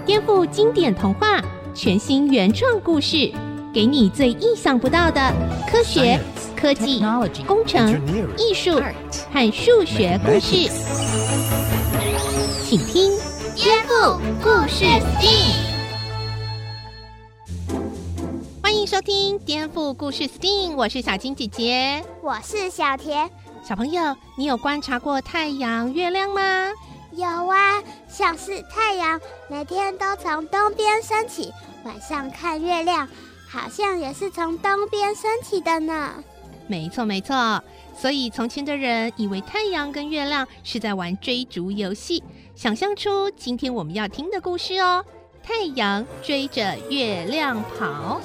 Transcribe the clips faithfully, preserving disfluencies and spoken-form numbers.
颠覆经典童话，全新原创故事，给你最意想不到的科学、科技、工程、艺术和数学故事。请听《颠覆故事 STEAM》。欢迎收听《颠覆故事 STEAM》，我是小金姐姐， 我是小田。 小朋友，你有观察过太阳、月亮吗？ 有啊，像是太阳每天都从东边升起，晚上看月亮好像也是从东边升起的呢。 没错没错，所以从前的人以为太阳跟月亮是在玩追逐游戏，想象出今天我们要听的故事哦。太阳追着月亮跑。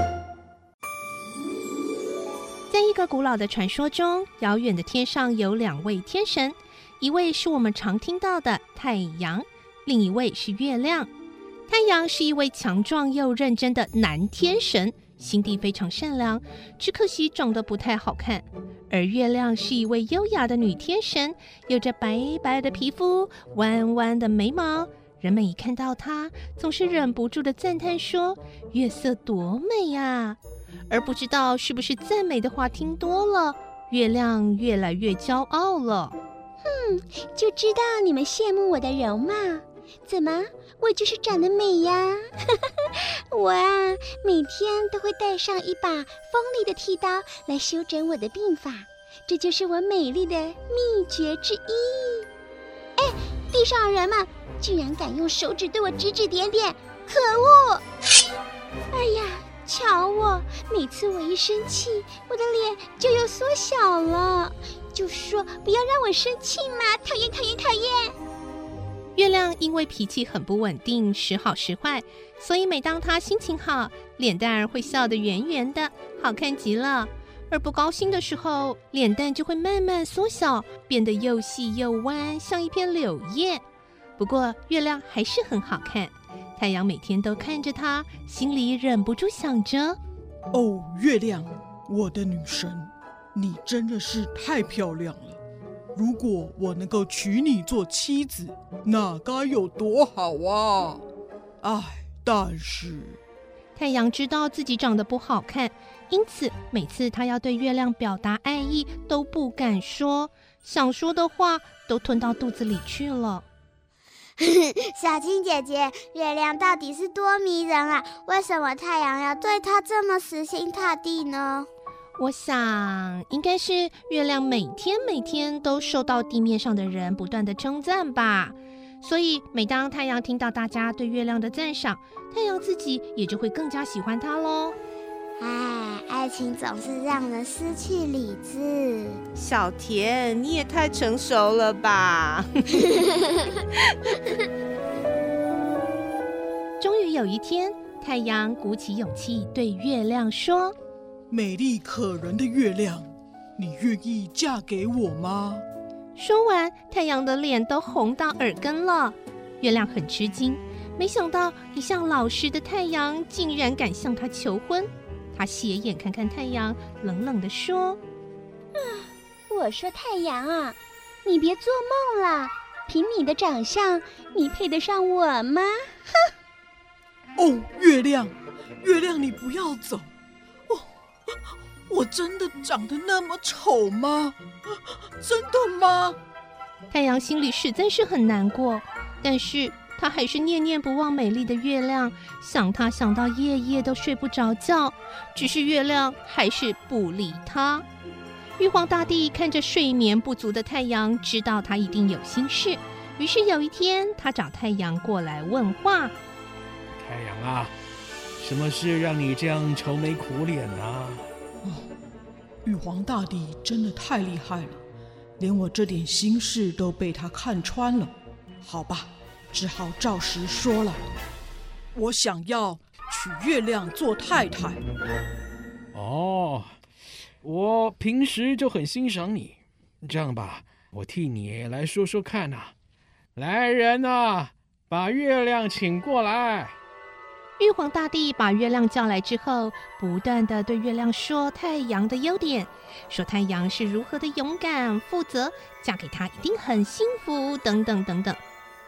在一个古老的传说中，遥远的天上有两位天神，一位是我们常听到的太阳，另一位是月亮。太阳是一位强壮又认真的男天神，心地非常善良，只可惜长得不太好看。而月亮是一位优雅的女天神，有着白白的皮肤，弯弯的眉毛，人们一看到她，总是忍不住的赞叹说：月色多美啊！而不知道是不是赞美的话听多了，月亮越来越骄傲了。 嗯，就知道你们羡慕我的容貌，怎么，我就是长得美呀？我啊，每天都会带上一把锋利的剃刀来修整我的鬓发，这就是我美丽的秘诀之一。哎，地上的人们居然敢用手指对我指指点点，可恶！哎呀，瞧我，每次我一生气，我的脸就又缩小了。就说不要让我生气嘛，讨厌讨厌讨厌！ 月亮因为脾气很不稳定，时好时坏，所以每当他心情好，脸蛋儿会笑得圆圆的，好看极了。而不高兴的时候，脸蛋就会慢慢缩小，变得又细又弯，像一片柳叶。不过月亮还是很好看，太阳每天都看着它，心里忍不住想着： 哦，月亮，我的女神，你真的是太漂亮了！如果我能够娶你做妻子，那该有多好啊！唉，但是太阳知道自己长得不好看，因此每次他要对月亮表达爱意都不敢说，想说的话都吞到肚子里去了。 小青姐姐，月亮到底是多迷人啊？为什么太阳要对它这么死心塌地呢？ 我想应该是月亮每天每天都受到地面上的人不断的称赞吧，所以每当太阳听到大家对月亮的赞赏，太阳自己也就会更加喜欢它咯。 唉，爱情总是让人失去理智。 小田，你也太成熟了吧！ 终于有一天，太阳鼓起勇气对月亮说： 美丽可人的月亮，你愿意嫁给我吗？ 说完，太阳的脸都红到耳根了。月亮很吃惊，没想到一向老实的太阳竟然敢向他求婚。他斜眼看看太阳，冷冷地说： 啊，我说太阳啊，你别做梦了，凭你的长相，你配得上我吗？ 哼！哦，月亮，月亮，你不要走。哦，我真的长得那么丑吗？真的吗？ 太阳心里实在是很难过，但是他还是念念不忘美丽的月亮，想他想到夜夜都睡不着觉，只是月亮还是不理他。玉皇大帝看着睡眠不足的太阳，知道他一定有心事，于是有一天他找太阳过来问话： 太阳啊，什么事让你这样愁眉苦脸啊？ 哦，玉皇大帝真的太厉害了，连我这点心事都被他看穿了。好吧，只好照实说了，我想要娶月亮做太太。 哦，我平时就很欣赏你，这样吧，我替你来说说看啊。来人啊，把月亮请过来。 玉皇大帝把月亮叫来之后，不断地对月亮说太阳的优点，说太阳是如何的勇敢负责，嫁给他一定很幸福，等等等等。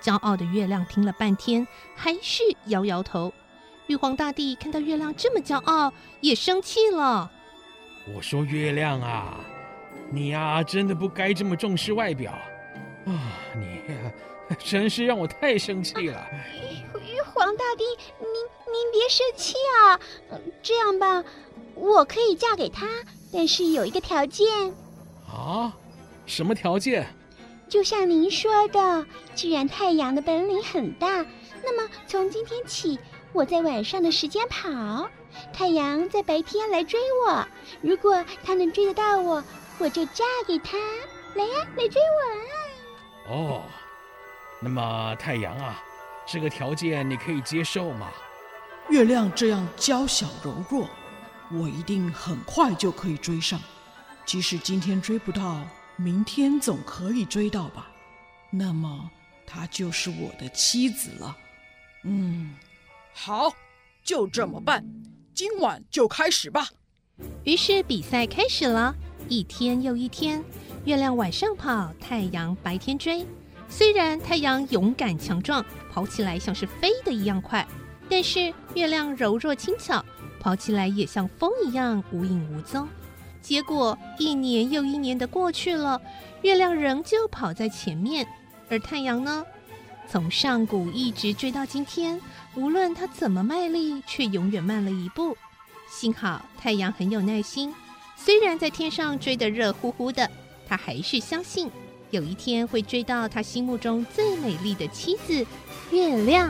骄傲的月亮听了半天，还是摇摇头。玉皇大帝看到月亮这么骄傲，也生气了。 我说月亮啊，你啊真的不该这么重视外表啊！你真是让我太生气了。 玉皇大帝，您您别生气啊！这样吧，我可以嫁给他，但是有一个条件。 啊？什么条件？ 就像您说的，既然太阳的本领很大，那么从今天起，我在晚上的时间跑，太阳在白天来追我。如果他能追得到我，我就嫁给他。来呀，来追我啊！ 哦，那么太阳啊，这个条件你可以接受吗？ 月亮这样娇小柔弱，我一定很快就可以追上。即使今天追不到，明天总可以追到吧？那么她就是我的妻子了。嗯，好，就这么办。今晚就开始吧。 于是比赛开始了，一天又一天，月亮晚上跑，太阳白天追。虽然太阳勇敢强壮，跑起来像是飞的一样快，但是月亮柔弱轻巧，跑起来也像风一样无影无踪。结果一年又一年的过去了，月亮仍旧跑在前面，而太阳呢，从上古一直追到今天，无论它怎么卖力，却永远慢了一步。幸好太阳很有耐心，虽然在天上追得热乎乎的，他还是相信有一天会追到他心目中最美丽的妻子月亮。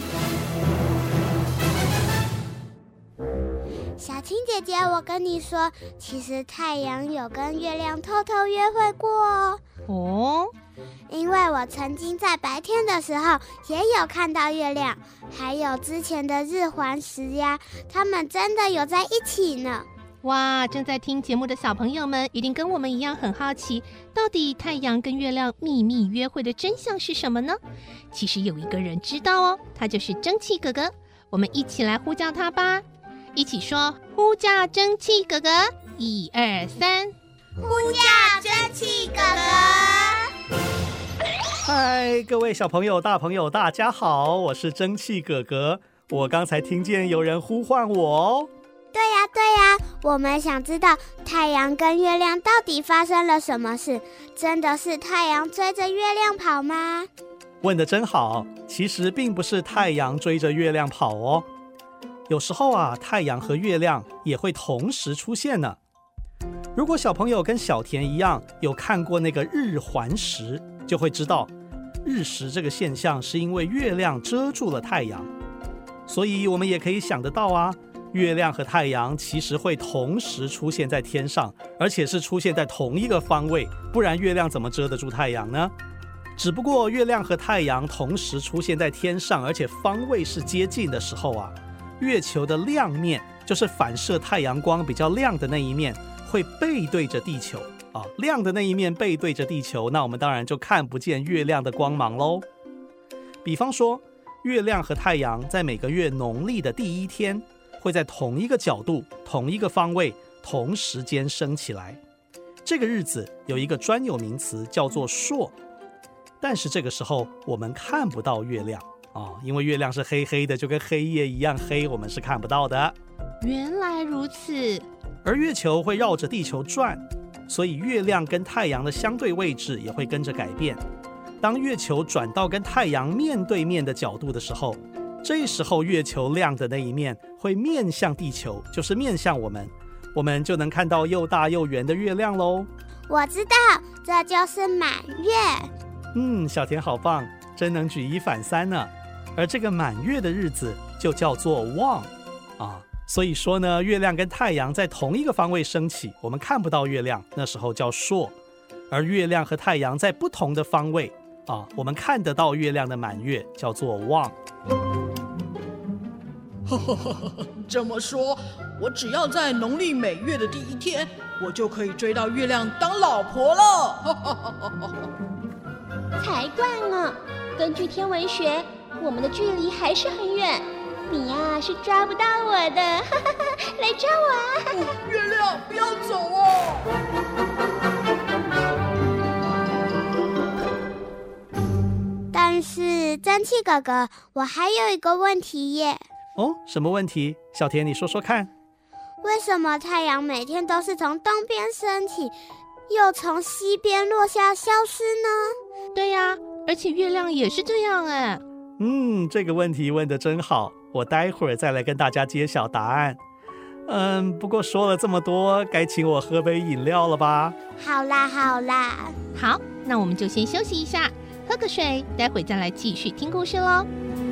小青姐姐，我跟你说，其实太阳有跟月亮偷偷约会过哦。 哦， 因为我曾经在白天的时候也有看到月亮，还有之前的日环食呀，他们真的有在一起呢。 哇，正在听节目的小朋友们一定跟我们一样很好奇，到底太阳跟月亮秘密约会的真相是什么呢？其实有一个人知道哦，他就是蒸汽哥哥。我们一起来呼叫他吧，一起说呼叫蒸汽哥哥，一二三， 呼叫蒸汽哥哥。 嗨，各位小朋友、大朋友，大家好，我是蒸汽哥哥。我刚才听见有人呼唤我哦。 对呀对呀，我们想知道太阳跟月亮到底发生了什么事？真的是太阳追着月亮跑吗？ 问得真好，其实并不是太阳追着月亮跑哦。有时候啊，太阳和月亮也会同时出现呢。如果小朋友跟小田一样有看过那个日环食，就会知道日食这个现象是因为月亮遮住了太阳。所以我们也可以想得到啊，月亮和太阳其实会同时出现在天上，而且是出现在同一个方位，不然月亮怎么遮得住太阳呢？只不过月亮和太阳同时出现在天上，而且方位是接近的时候啊，月球的亮面，就是反射太阳光比较亮的那一面，会背对着地球啊，亮的那一面背对着地球，那我们当然就看不见月亮的光芒喽。比方说，月亮和太阳在每个月农历的第一天，会在同一个角度、同一个方位、同时间升起来。这个日子有一个专有名词叫做朔，但是这个时候我们看不到月亮啊，因为月亮是黑黑的，就跟黑夜一样黑，我们是看不到的。 原来如此。 而月球会绕着地球转，所以月亮跟太阳的相对位置也会跟着改变。当月球转到跟太阳面对面的角度的时候，这时候月球亮的那一面会面向地球，就是面向我们，我们就能看到又大又圆的月亮咯。 我知道，这就是满月。 嗯，小田好棒，真能举一反三呢。而这个满月的日子就叫做望啊，所以说呢，月亮跟太阳在同一个方位升起，我们看不到月亮，那时候叫朔。而月亮和太阳在不同的方位啊，我们看得到月亮的满月，叫做望。 这么说，我只要在农历每月的第一天，我就可以追到月亮当老婆了。 才怪呢！根据天文学，我们的距离还是很远，你呀是抓不到我的。来抓我啊！ 哦，月亮不要走哦！ 但但是蒸汽哥哥，我还有一个问题耶。 哦，什么问题？小田，你说说看。 为什么太阳每天都是从东边升起，又从西边落下消失呢？ 对呀，而且月亮也是这样哎。 嗯，这个问题问得真好，我待会儿再来跟大家揭晓答案。嗯，不过说了这么多，该请我喝杯饮料了吧？ 好啦好啦。 好，那我们就先休息一下，喝个水，待会再来继续听故事咯。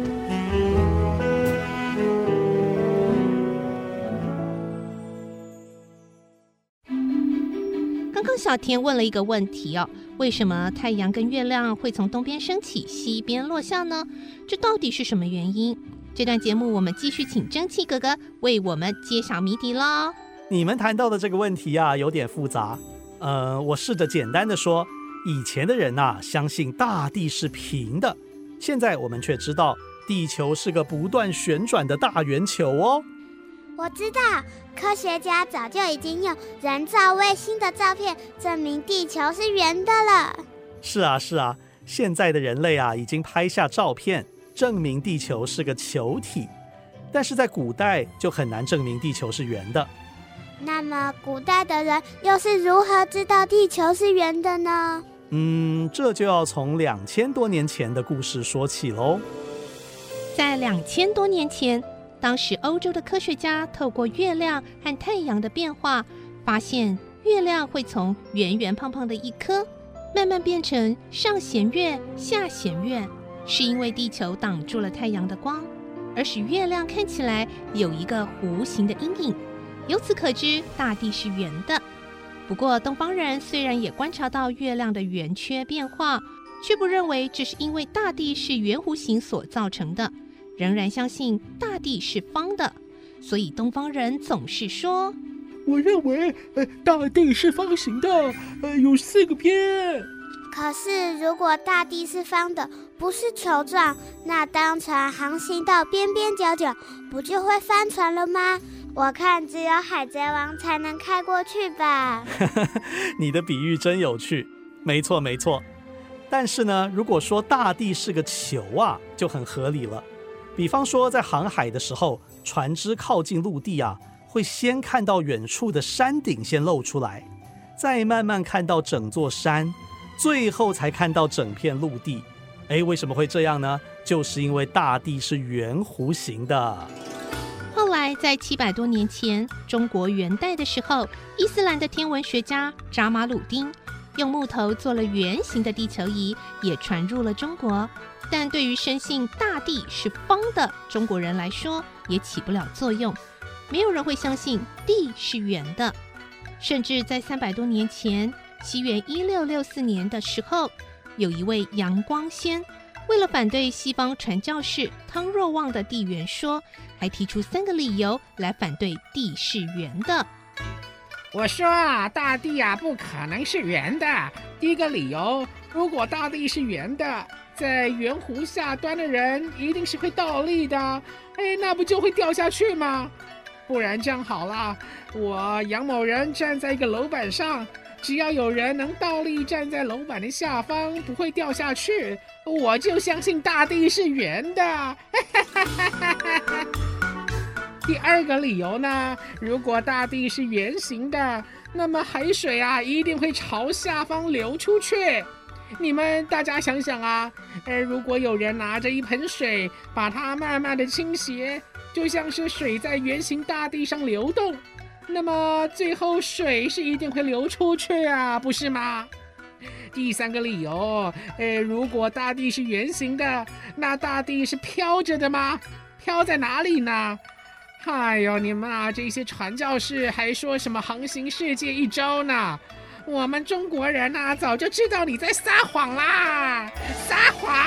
刚刚小田问了一个问题哦，为什么太阳跟月亮会从东边升起，西边落下呢？这到底是什么原因？这段节目我们继续请蒸汽哥哥为我们揭晓谜底咯。 你们谈到的这个问题啊，有点复杂。呃，我试着简单的说，以前的人啊，相信大地是平的，现在我们却知道地球是个不断旋转的大圆球哦。 我知道，科学家早就已经用人造卫星的照片证明地球是圆的了。 是啊是啊，现在的人类啊，已经拍下照片证明地球是个球体，但是在古代就很难证明地球是圆的。 那么古代的人又是如何知道地球是圆的呢？ 嗯，这就要从两千多年前的故事说起喽。 在两千多年前，当时欧洲的科学家透过月亮和太阳的变化，发现月亮会从圆圆胖胖的一颗，慢慢变成上弦月、下弦月，是因为地球挡住了太阳的光，而使月亮看起来有一个弧形的阴影。由此可知，大地是圆的。不过，东方人虽然也观察到月亮的圆缺变化，却不认为这是因为大地是圆弧形所造成的，仍然相信大地是方的。所以东方人总是说：“ 我认为，呃，大地是方形的，呃，有四个边。” 可是，如果大地是方的，不是球状，那当船航行到边边角角，不就会翻船了吗？我看只有海贼王才能开过去吧。 你的比喻真有趣。没错没错，但是呢，如果说大地是个球啊，就很合理了。比方说在航海的时候，船只靠近陆地啊，会先看到远处的山顶先露出来，再慢慢看到整座山，最后才看到整片陆地。诶，为什么会这样呢？就是因为大地是圆弧形的。 后来在七百多年前，中国元代的时候，伊斯兰的天文学家扎马鲁丁用木头做了圆形的地球仪，也传入了中国。但对于深信大地是方的中国人来说，也起不了作用。没有人会相信地是圆的。甚至在三百多年前，西元一六六四年的时候，有一位杨光先，为了反对西方传教士汤若望的地圆说，还提出三个理由来反对地是圆的。 我说啊，大地啊不可能是圆的。第一个理由，如果大地是圆的，在圆弧下端的人一定是会倒立的，哎，那不就会掉下去吗？不然这样好了，我杨某人站在一个楼板上，只要有人能倒立站在楼板的下方，不会掉下去，我就相信大地是圆的。第二个理由呢，如果大地是圆形的，那么海水啊一定会朝下方流出去。你们大家想想啊，呃，如果有人拿着一盆水，把它慢慢的倾斜，就像是水在圆形大地上流动，那么最后水是一定会流出去啊，不是吗？第三个理由，呃，如果大地是圆形的，那大地是飘着的吗？飘在哪里呢？哎呦，你们啊，这些传教士还说什么航行世界一周呢？我们中国人啊，早就知道你在撒谎啦！撒谎！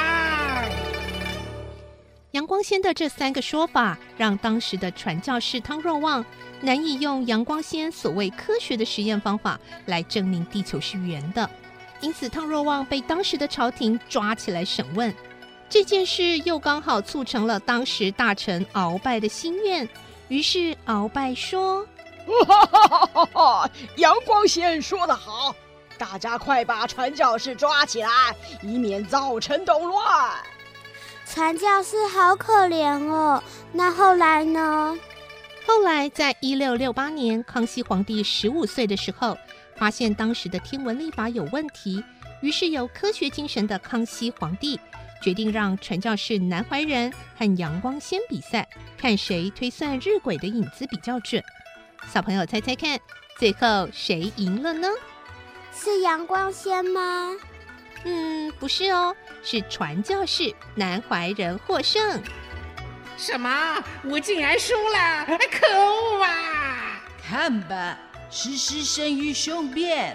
杨光先的这三个说法，让当时的传教士汤若望难以用杨光先所谓科学的实验方法来证明地球是圆的，因此汤若望被当时的朝廷抓起来审问。这件事又刚好促成了当时大臣鳌拜的心愿，于是鳌拜说： 杨光先说得好， 大家快把传教士抓起来，以免造成动乱。 传教士好可怜哦，那后来呢？ 后来在一六六八年，康熙皇帝十五岁的时候，发现当时的天文历法有问题，于是有科学精神的康熙皇帝决定让传教士南怀仁和杨光先比赛，看谁推算日晷的影子比较准。小朋友猜猜看，最后谁赢了呢？ 是杨光先吗？ 嗯，不是哦，是传教士南怀仁获胜。 什么？我竟然输了！可恶啊！ 看吧，事实胜于雄辩。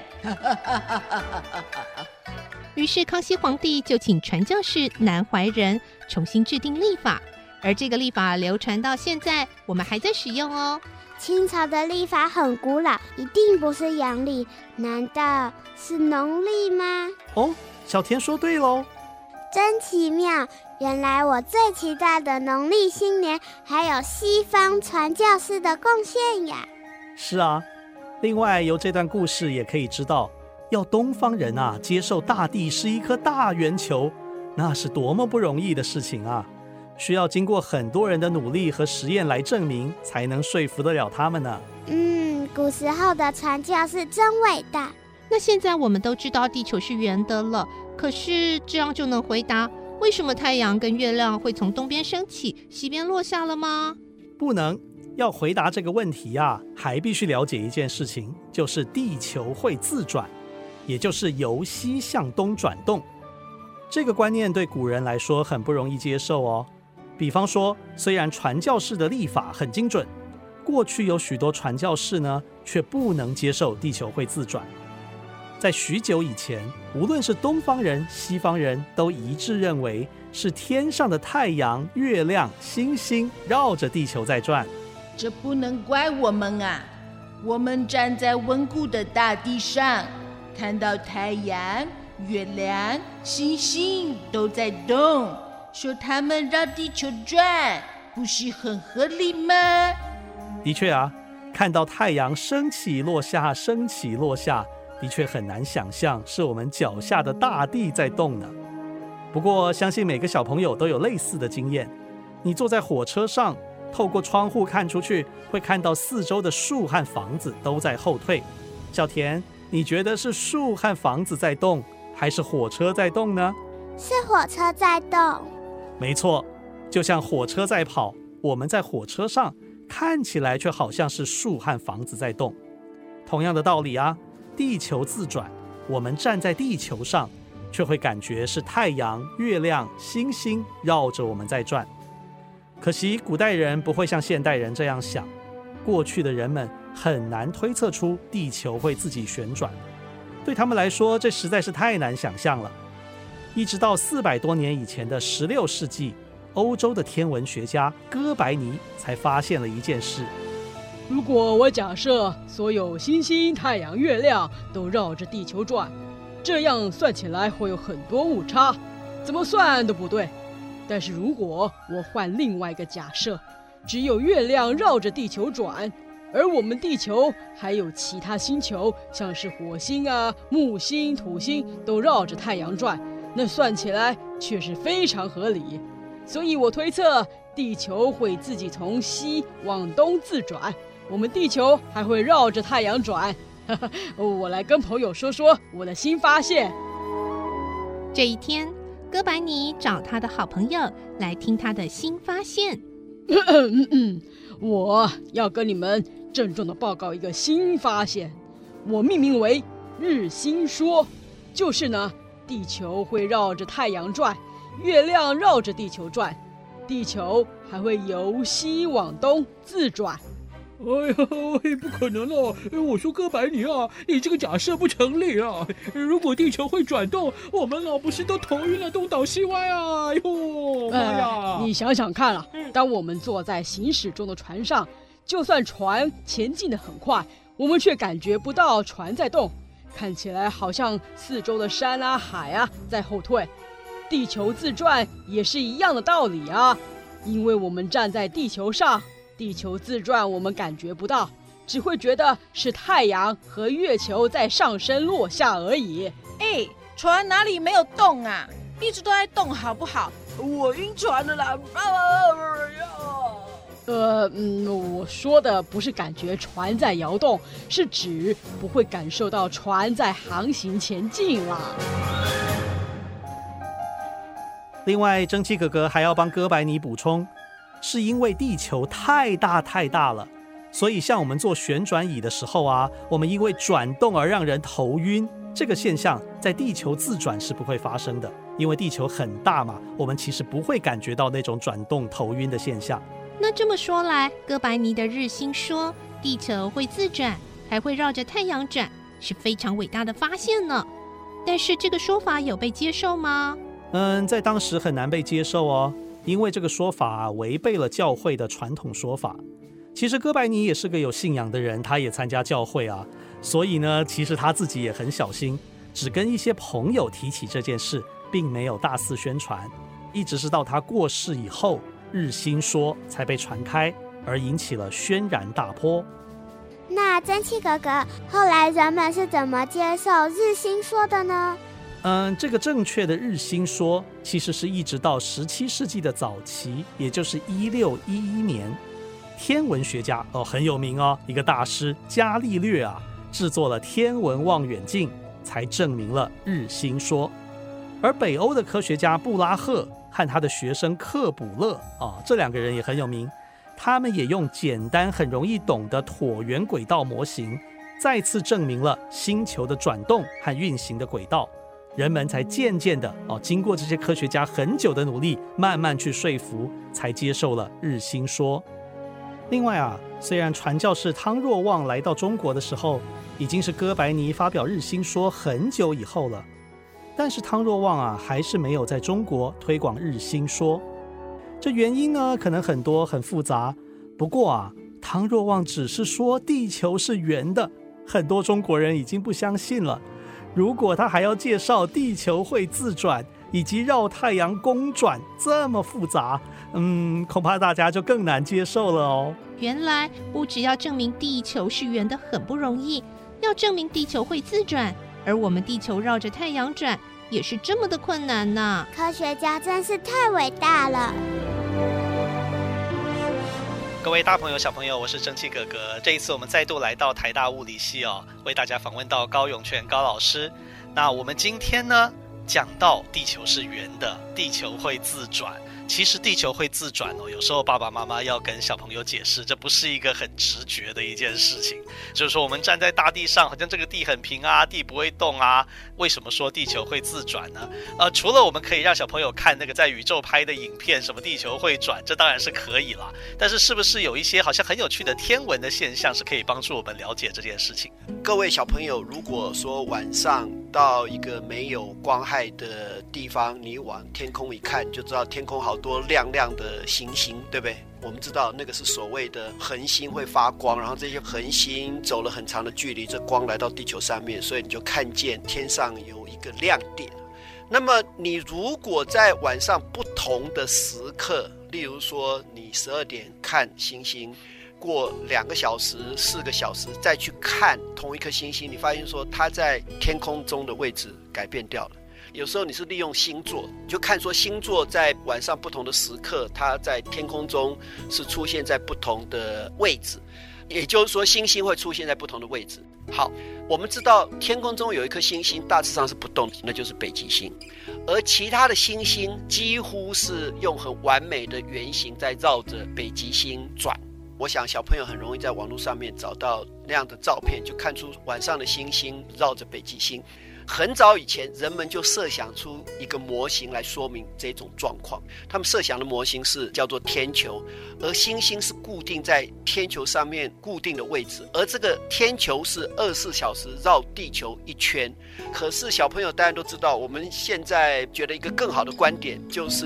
于是康熙皇帝就请传教士南怀仁重新制定历法，而这个历法流传到现在，我们还在使用哦。 清朝的历法很古老，一定不是阳历，难道是农历吗？ 哦，小田说对喽。 真奇妙，原来我最期待的农历新年还有西方传教士的贡献呀。 是啊，另外由这段故事也可以知道，要东方人啊接受大地是一颗大圆球，那是多么不容易的事情啊，需要经过很多人的努力和实验来证明，才能说服得了他们呢。 嗯，古时候的传教士真伟大。 那现在我们都知道地球是圆的了，可是这样就能回答为什么太阳跟月亮会从东边升起，西边落下了吗？ 不能。要回答这个问题啊，还必须了解一件事情，就是地球会自转，也就是由西向东转动。这个观念对古人来说很不容易接受哦。比方说，虽然传教士的历法很精准，过去有许多传教士呢，却不能接受地球会自转。在许久以前，无论是东方人、西方人都一致认为是天上的太阳、月亮、星星绕着地球在转。 这不能怪我们啊！我们站在稳固的大地上，看到太阳、月亮、星星都在动，说他们绕地球转，不是很合理吗？ 的确啊，看到太阳升起落下、升起落下，的确很难想象是我们脚下的大地在动呢。不过，相信每个小朋友都有类似的经验。你坐在火车上，透过窗户看出去，会看到四周的树和房子都在后退。小田，你觉得是树和房子在动，还是火车在动呢？ 是火车在动。 没错，就像火车在跑，我们在火车上看起来却好像是树和房子在动。同样的道理啊，地球自转，我们站在地球上，却会感觉是太阳、月亮、星星绕着我们在转。可惜古代人不会像现代人这样想，过去的人们很难推测出地球会自己旋转，对他们来说这实在是太难想象了。一直到四百多年以前的十六世纪，欧洲的天文学家哥白尼才发现了一件事。 如果我假设所有星星、太阳、月亮都绕着地球转，这样算起来会有很多误差，怎么算都不对。但是如果我换另外一个假设，只有月亮绕着地球转，而我们地球还有其他星球，像是火星啊、木星、土星都绕着太阳转，那算起来却是非常合理。所以我推测地球会自己从西往东自转，我们地球还会绕着太阳转。我来跟朋友说说我的新发现。 这一天，哥白尼找他的好朋友来听他的新发现。 我要跟你们郑重地报告一个新发现，我命名为日心说。就是呢，地球会绕着太阳转，月亮绕着地球转，地球还会由西往东自转。 哎呀，不可能了！我说哥白尼啊，你这个假设不成立啊！如果地球会转动，我们啊不是都头晕了，东倒西歪啊！哎呦，妈呀！ 呃、你想想看啊，当我们坐在行驶中的船上，就算船前进得很快，我们却感觉不到船在动，看起来好像四周的山啊、海啊在后退。地球自转也是一样的道理啊，因为我们站在地球上。地球自转我们感觉不到， 只会觉得是太阳和月球在上升落下而已。 哎，船哪里没有动啊？一直都在动，好不好？ 我晕船了啦！呃嗯，我说的不是感觉船在摇动，是指不会感受到船在航行前进啦。 另外，蒸汽哥哥还要帮哥白尼补充，是因为地球太大太大了，所以像我们坐旋转椅的时候啊，我们因为转动而让人头晕，这个现象在地球自转是不会发生的，因为地球很大嘛，我们其实不会感觉到那种转动头晕的现象。 那这么说来，哥白尼的日心说地球会自转，还会绕着太阳转，是非常伟大的发现呢。但是这个说法有被接受吗？ 嗯，在当时很难被接受哦，因为这个说法违背了教会的传统说法。其实哥白尼也是个有信仰的人，他也参加教会啊，所以呢，其实他自己也很小心，只跟一些朋友提起这件事，并没有大肆宣传。一直是到他过世以后，日心说才被传开，而引起了轩然大波。 那蒸汽哥哥，后来人们是怎么接受日心说的呢？ 嗯，这个正确的日心说，其实是一直到十七世纪的早期，也就是一六一一年，天文学家哦很有名哦，一个大师伽利略啊，制作了天文望远镜，才证明了日心说。而北欧的科学家布拉赫和他的学生克卜勒啊，这两个人也很有名，他们也用简单很容易懂的椭圆轨道模型，再次证明了星球的转动和运行的轨道。人们才渐渐的哦，经过这些科学家很久的努力，慢慢去说服，才接受了日心说。另外啊，虽然传教士汤若望来到中国的时候，已经是哥白尼发表日心说很久以后了，但是汤若望啊，还是没有在中国推广日心说。这原因呢，可能很多很复杂。不过啊，汤若望只是说地球是圆的，很多中国人已经不相信了。如果他还要介绍地球会自转以及绕太阳公转这么复杂，嗯，恐怕大家就更难接受了哦。 原来不只要证明地球是圆的很不容易，要证明地球会自转，而我们地球绕着太阳转也是这么的困难呢。 科学家真是太伟大了。 各位大朋友小朋友，我是蒸汽哥哥。这一次我们再度来到台大物理系哦，为大家访问到高永泉高老师。那我们今天呢，讲到地球是圆的，地球会自转。其实地球会自转哦，有时候爸爸妈妈要跟小朋友解释，这不是一个很直觉的一件事情。就是说我们站在大地上，好像这个地很平啊，地不会动啊，为什么说地球会自转呢？呃，除了我们可以让小朋友看那个在宇宙拍的影片，什么地球会转，这当然是可以啦。但是是不是有一些好像很有趣的天文的现象，是可以帮助我们了解这件事情？ 各位小朋友，如果说晚上到一个没有光害的地方，你往天空一看，就知道天空好多亮亮的行星，对不对？我们知道那个是所谓的恒星会发光，然后这些恒星走了很长的距离，这光来到地球上面，所以你就看见天上有一个亮点。那么你如果在晚上不同的时刻，例如说你十二点看星星，过两个小时、四个小时再去看同一颗星星，你发现说它在天空中的位置改变掉了。有时候你是利用星座，就看说星座在晚上不同的时刻，它在天空中是出现在不同的位置，也就是说星星会出现在不同的位置。好，我们知道天空中有一颗星星大致上是不动的，那就是北极星，而其他的星星几乎是用很完美的圆形在绕着北极星转。我想小朋友很容易在网络上面找到那样的照片，就看出晚上的星星绕着北极星。很早以前人们就设想出一个模型来说明这种状况，他们设想的模型是叫做天球，而星星是固定在天球上面固定的位置，而这个天球是二十四小时绕地球一圈。可是小朋友当然都知道，我们现在觉得一个更好的观点就是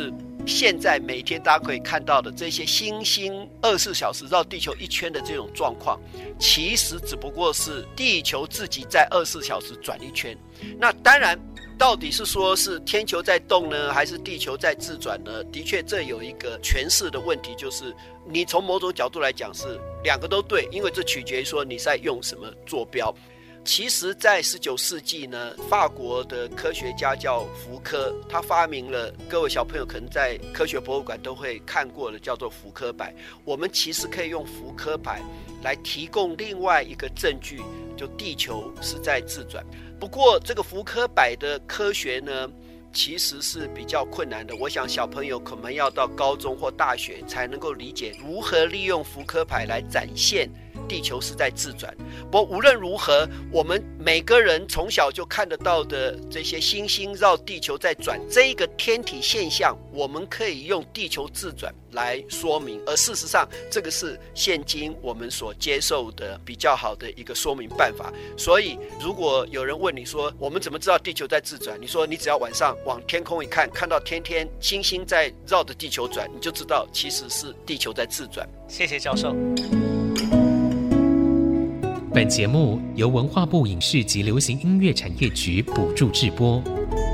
现在每天大家可以看到的这些星星二十四小时绕地球一圈的这种状况，其实只不过是地球自己在二十四小时转一圈。那当然到底是说是天球在动呢，还是地球在自转呢？的确这有一个诠释的问题，就是你从某种角度来讲是两个都对，因为这取决于说你在用什么坐标。其实在十九世纪呢，法国的科学家叫福柯，他发明了各位小朋友可能在科学博物馆都会看过的叫做福柯摆。我们其实可以用福柯摆来提供另外一个证据，就地球是在自转。不过这个福柯摆的科学呢，其实是比较困难的。我想小朋友可能要到高中或大学才能够理解如何利用福柯摆来展现地球是在自转。不过无论如何，我们每个人从小就看得到的这些星星绕地球在转这一个天体现象，我们可以用地球自转来说明，而事实上这个是现今我们所接受的比较好的一个说明办法。所以如果有人问你说我们怎么知道地球在自转，你说你只要晚上往天空一看，看到天天星星在绕着地球转，你就知道其实是地球在自转。 谢谢教授。 本节目由文化部影视及流行音乐产业局补助制播。